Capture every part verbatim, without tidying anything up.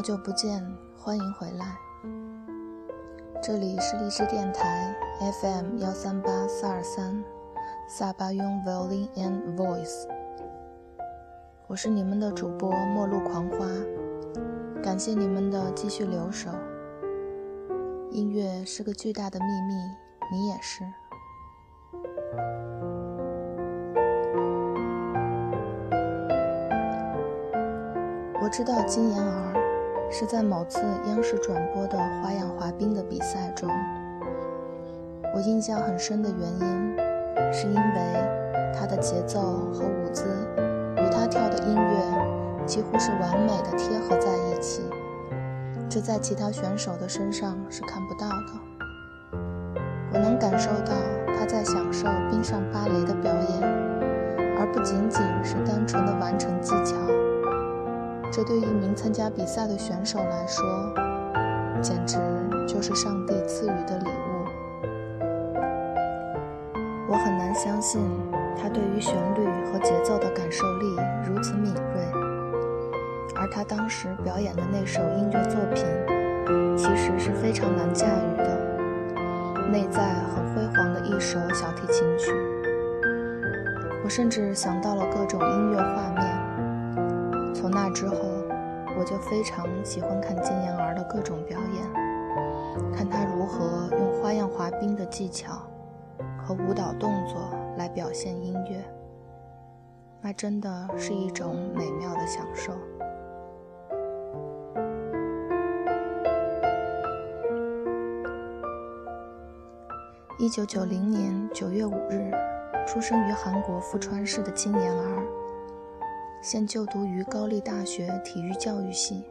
好久不见，欢迎回来。这里是荔枝电台 F M 一三八四二三，萨巴雍 Violin and Voice。我是你们的主播末路狂花，感谢你们的继续留守。音乐是个巨大的秘密，你也是。我知道金妍儿是在某次央视转播的花样滑冰的比赛中，我印象很深的原因是因为她的节奏和舞姿与她跳的音乐几乎是完美的贴合在一起，这在其他选手的身上是看不到的。我能感受到她在享受冰上芭蕾的表演，而不仅仅是单纯的完成技巧。这对一名参加比赛的选手来说，简直就是上帝赐予的礼物。我很难相信他对于旋律和节奏的感受力如此敏锐，而他当时表演的那首音乐作品其实是非常难驾驭的，内在很辉煌的一首小提琴曲。我甚至想到了各种音乐画面。从那之后，我就非常喜欢看金妍儿的各种表演，看她如何用花样滑冰的技巧和舞蹈动作来表现音乐，那真的是一种美妙的享受。一九九零年九月五日，出生于韩国富川市的金妍儿，现就读于高丽大学体育教育系。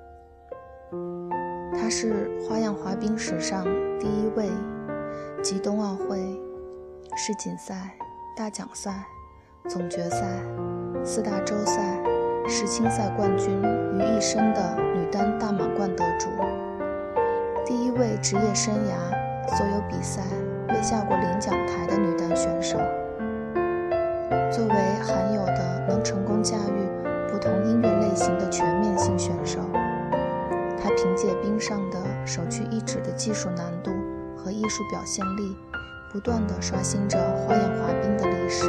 她是花样滑冰史上第一位集冬奥会、世锦赛、大奖赛、总决赛、四大洲赛、世青赛冠军于一身的女单大满贯得主，第一位职业生涯所有比赛未下过领奖台的女单选手。作为罕有的能成功驾驭不同音乐类型的全面性选手，他凭借冰上的首屈一指的技术难度和艺术表现力，不断地刷新着花样滑冰的历史。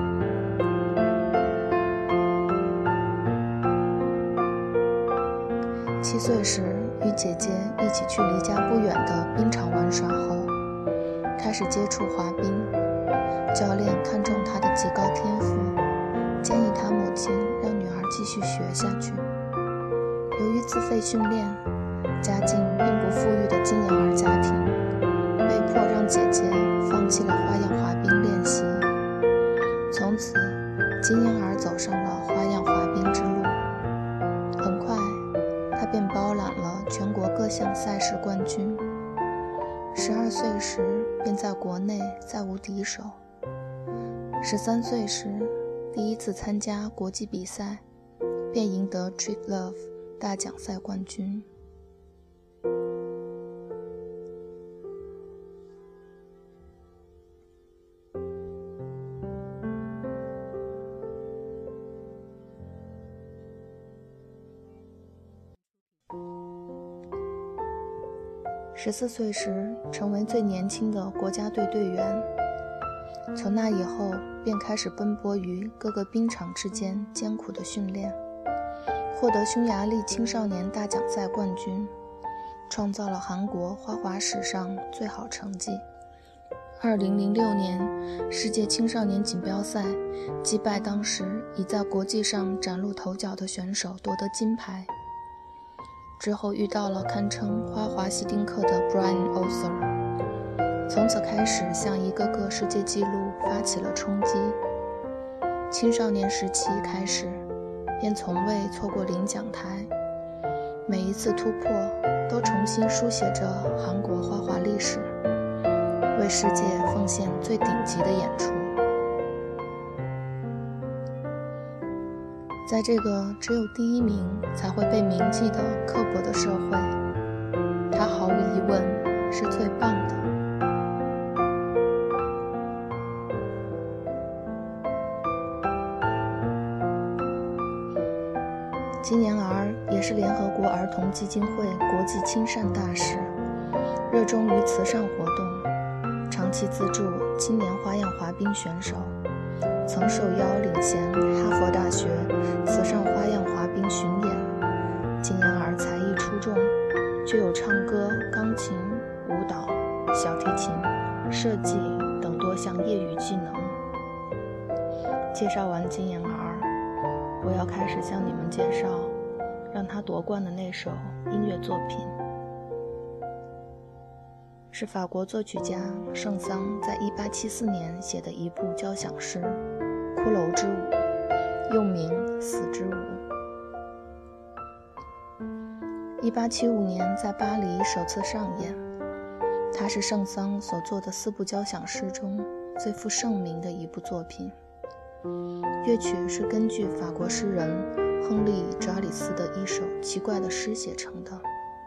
七岁时与姐姐一起去离家不远的冰场玩耍后，开始接触滑冰。教练看中他的极高天赋，建议他母亲让女儿继续学下去。由于自费训练，家境并不富裕的金妍儿家庭被迫让姐姐放弃了花样滑冰练习。从此，金妍儿走上了花样滑冰之路。很快，她便包揽了全国各项赛事冠军。十二岁时便在国内再无敌手。十三岁时，第一次参加国际比赛，便赢得 Triglav 大奖赛冠军。十四岁时，成为最年轻的国家队队员。从那以后，便开始奔波于各个冰场之间艰苦的训练，获得匈牙利青少年大奖赛冠军，创造了韩国花滑史上最好成绩。二零零六年世界青少年锦标赛，击败当时已在国际上崭露头角的选手，夺得金牌。之后遇到了堪称花滑希丁克的 Brian Oser， 从此开始向一个个世界纪录发起了冲击。青少年时期开始，便从未错过领奖台，每一次突破都重新书写着韩国花滑历史，为世界奉献最顶级的演出。在这个只有第一名才会被铭记的刻薄的社会，他毫无疑问是最棒的。金妍儿也是是联合国儿童基金会国际亲善大使，热衷于慈善活动，长期资助青年花样滑冰选手，曾受邀领衔哈佛大学慈善花样滑冰巡演。金妍儿才艺出众，具有唱歌、钢琴、舞蹈、小提琴、设计等多项业余技能。介绍完金妍儿，我要开始向你们介绍让她夺冠的那首音乐作品，是法国作曲家圣桑在一八七四年写的一部交响诗《骷髅之舞》，又名《死之舞》。一八七五年在巴黎首次上演，它是圣桑所作的四部交响诗中最负盛名的一部作品。乐曲是根据法国诗人亨利·扎里斯的一首奇怪的诗写成的。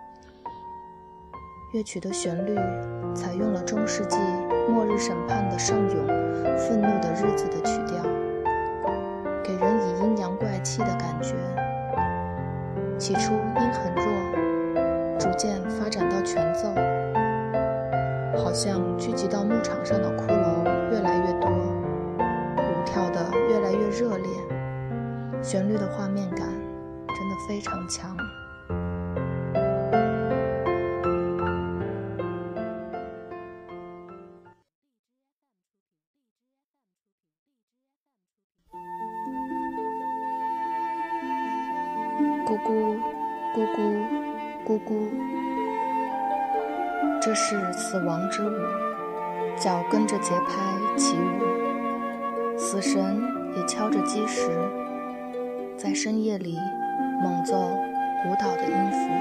乐曲的旋律采用了中世纪末日审判的圣咏愤怒的日子的曲调，给人以阴阳怪气的感觉。起初音很弱，逐渐发展到全奏，好像聚集到牧场上的骷髅越来越多，舞跳得越来越热烈，旋律的画面感真的非常强。咕咕咕咕咕咕，这是死亡之舞，脚跟着节拍起舞，死神也敲着基石，在深夜里猛奏舞蹈的音符。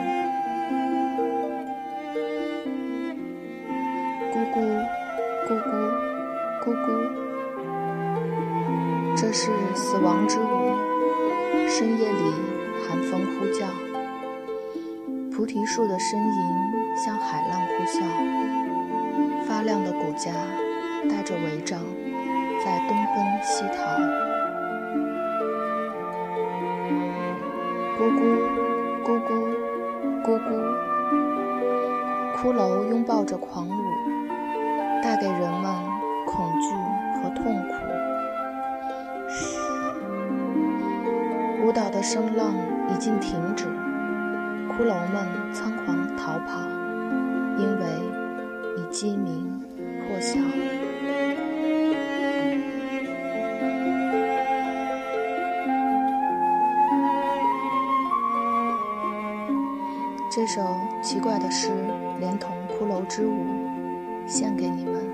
咕咕咕咕咕咕，这是死亡之舞，深夜里寒风呼叫，菩提树的呻吟像海浪呼啸，发亮的骨架带着帷帐在东奔西逃。咕咕咕咕咕咕，骷髅拥抱着狂舞，带给人们恐惧和痛苦。舞蹈的声浪已经停止，骷髅们仓皇逃跑，因为已鸡鸣破晓。这首奇怪的诗连同骷髅之舞献给你们。